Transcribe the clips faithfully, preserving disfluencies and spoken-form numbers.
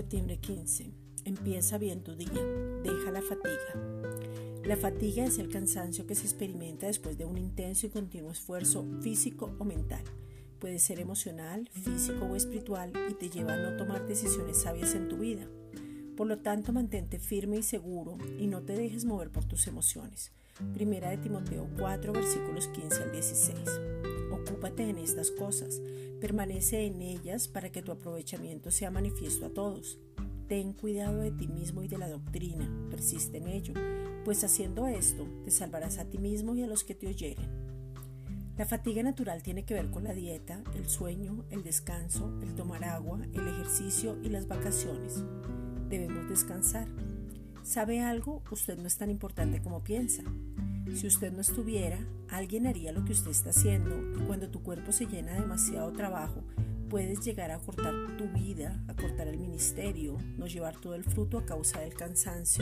Septiembre quince. Empieza bien tu día. Deja la fatiga. La fatiga es el cansancio que se experimenta después de un intenso y continuo esfuerzo físico o mental. Puede ser emocional, físico o espiritual y te lleva a no tomar decisiones sabias en tu vida. Por lo tanto, mantente firme y seguro y no te dejes mover por tus emociones. Primera de Timoteo cuatro, versículos quince al dieciséis. Ocúpate en estas cosas, permanece en ellas para que tu aprovechamiento sea manifiesto a todos. Ten cuidado de ti mismo y de la doctrina, persiste en ello, pues haciendo esto te salvarás a ti mismo y a los que te oyeren. La fatiga natural tiene que ver con la dieta, el sueño, el descanso, el tomar agua, el ejercicio y las vacaciones. Debemos descansar. ¿Sabe algo? Usted no es tan importante como piensa. Si usted no estuviera, alguien haría lo que usted está haciendo y cuando tu cuerpo se llena de demasiado trabajo, puedes llegar a cortar tu vida, a cortar el ministerio, no llevar todo el fruto a causa del cansancio.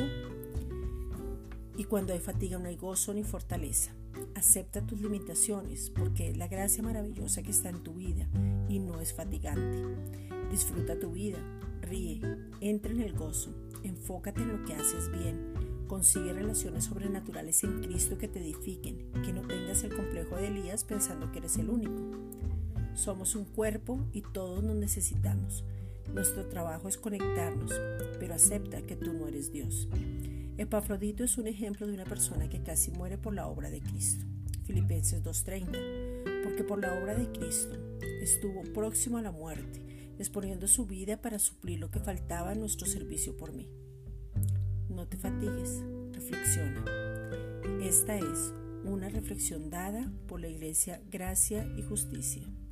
Y cuando hay fatiga no hay gozo ni fortaleza. Acepta tus limitaciones porque es la gracia maravillosa que está en tu vida y no es fatigante. Disfruta tu vida, ríe, entra en el gozo, enfócate en lo que haces bien. Consigue relaciones sobrenaturales en Cristo que te edifiquen, que no tengas el complejo de Elías pensando que eres el único. Somos un cuerpo y todos nos necesitamos. Nuestro trabajo es conectarnos, pero acepta que tú no eres Dios. Epafrodito es un ejemplo de una persona que casi muere por la obra de Cristo. Filipenses dos treinta. Porque por la obra de Cristo estuvo próximo a la muerte, exponiendo su vida para suplir lo que faltaba en nuestro servicio por mí. No te fatigues, reflexiona. Esta es una reflexión dada por la Iglesia Gracia y Justicia.